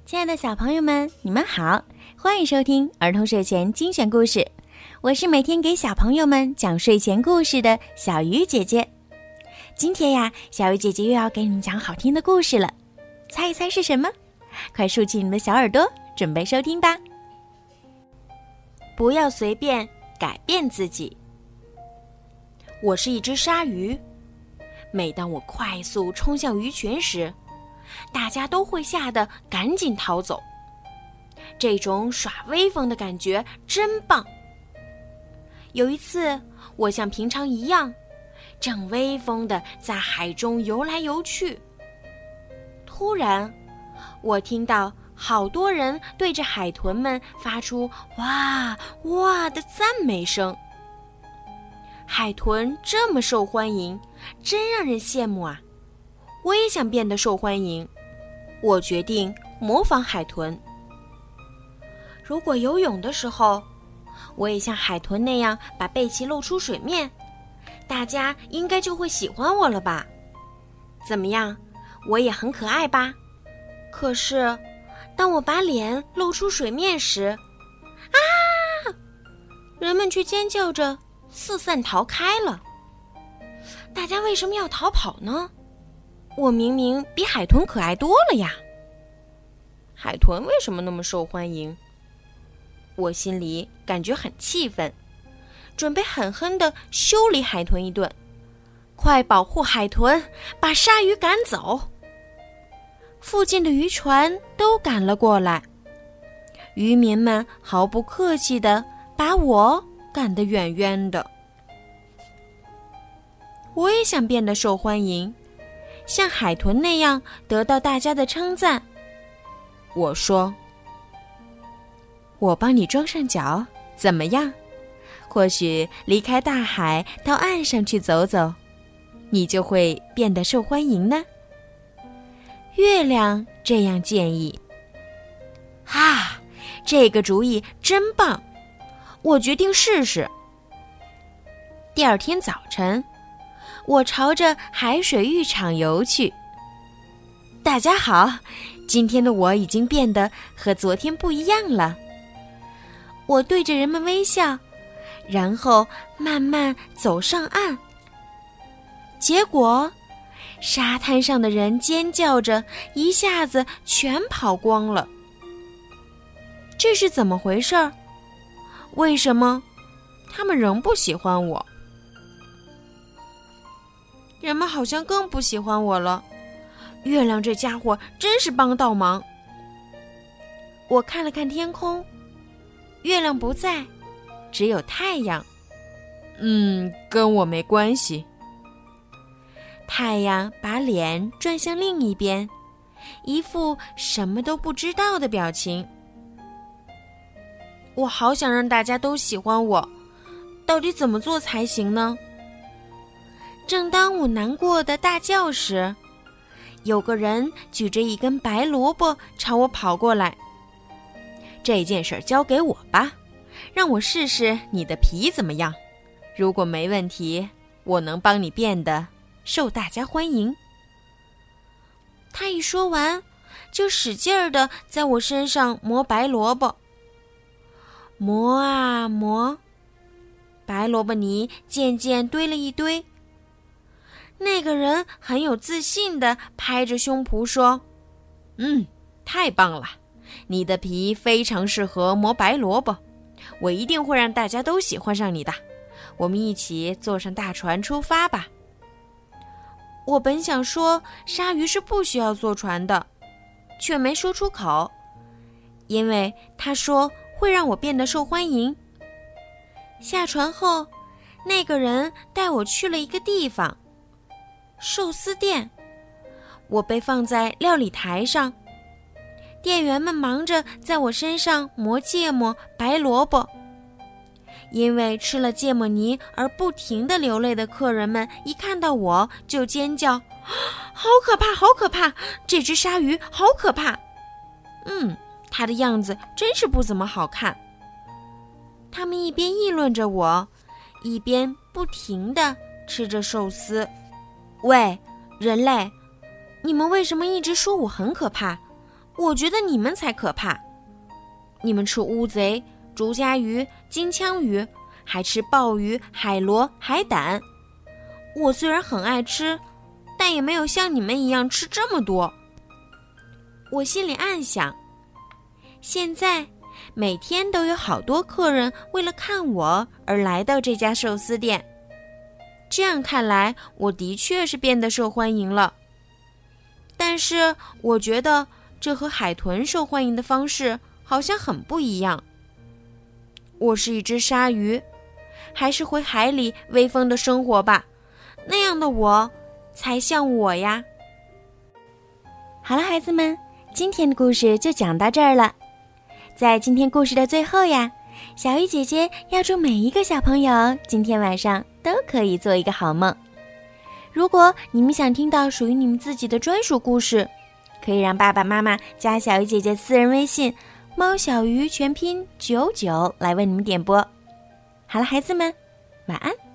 亲爱的小朋友们，你们好，欢迎收听儿童睡前精选故事。我是每天给小朋友们讲睡前故事的小鱼姐姐。今天呀，小鱼姐姐又要给你们讲好听的故事了，猜一猜是什么？快竖起你们的小耳朵，准备收听吧。不要随便改变自己。我是一只鲨鱼，每当我快速冲向鱼群时，大家都会吓得赶紧逃走。这种耍威风的感觉真棒。有一次，我像平常一样，正威风地在海中游来游去。突然，我听到好多人对着海豚们发出“哇哇”的赞美声。海豚这么受欢迎，真让人羡慕啊！我也想变得受欢迎。我决定模仿海豚。如果游泳的时候，我也像海豚那样把背鳍露出水面，大家应该就会喜欢我了吧？怎么样，我也很可爱吧？可是，当我把脸露出水面时，啊！人们却尖叫着四散逃开了。大家为什么要逃跑呢？我明明比海豚可爱多了呀！海豚为什么那么受欢迎？我心里感觉很气愤，准备狠狠地修理海豚一顿。快保护海豚，把鲨鱼赶走！附近的渔船都赶了过来，渔民们毫不客气地把我赶得远远的。我也想变得受欢迎，像海豚那样得到大家的称赞。我说：“我帮你装上脚，怎么样？或许离开大海到岸上去走走，你就会变得受欢迎呢。”月亮这样建议。哈，这个主意真棒！我决定试试。第二天早晨，我朝着海水浴场游去。大家好，今天的我已经变得和昨天不一样了。我对着人们微笑，然后慢慢走上岸。结果，沙滩上的人尖叫着，一下子全跑光了。这是怎么回事儿？为什么他们仍不喜欢我？人们好像更不喜欢我了。月亮这家伙真是帮倒忙。我看了看天空，月亮不在，只有太阳。跟我没关系。太阳把脸转向另一边，一副什么都不知道的表情。我好想让大家都喜欢我，到底怎么做才行呢？正当我难过的大叫时，有个人举着一根白萝卜朝我跑过来。这件事交给我吧，让我试试你的皮怎么样。如果没问题，我能帮你变得受大家欢迎。他一说完，就使劲儿地在我身上磨白萝卜。磨啊磨，白萝卜泥渐渐堆了一堆。那个人很有自信地拍着胸脯说：“太棒了，你的皮非常适合磨白萝卜，我一定会让大家都喜欢上你的。我们一起坐上大船出发吧。”我本想说鲨鱼是不需要坐船的，却没说出口，因为他说会让我变得受欢迎。下船后，那个人带我去了一个地方，寿司店。我被放在料理台上，店员们忙着在我身上磨芥末、白萝卜。因为吃了芥末泥而不停地流泪的客人们一看到我就尖叫：“好可怕，好可怕！这只鲨鱼好可怕！”它的样子真是不怎么好看。他们一边议论着我，一边不停地吃着寿司。喂，人类，你们为什么一直说我很可怕？ 我觉得你们才可怕。你们吃乌贼、竹荚鱼、金枪鱼，还吃鲍鱼、海螺、海胆。我虽然很爱吃，但也没有像你们一样吃这么多。我心里暗想，现在每天都有好多客人为了看我而来到这家寿司店。这样看来，我的确是变得受欢迎了。但是我觉得这和海豚受欢迎的方式好像很不一样。我是一只鲨鱼，还是回海里威风的生活吧，那样的我才像我呀。 好了，孩子们，今天的故事就讲到这儿了。在今天故事的最后呀，小鱼姐姐要祝每一个小朋友今天晚上都可以做一个好梦。如果你们想听到属于你们自己的专属故事，可以让爸爸妈妈加小鱼姐姐私人微信猫小鱼全拼99来为你们点播。好了，孩子们，晚安。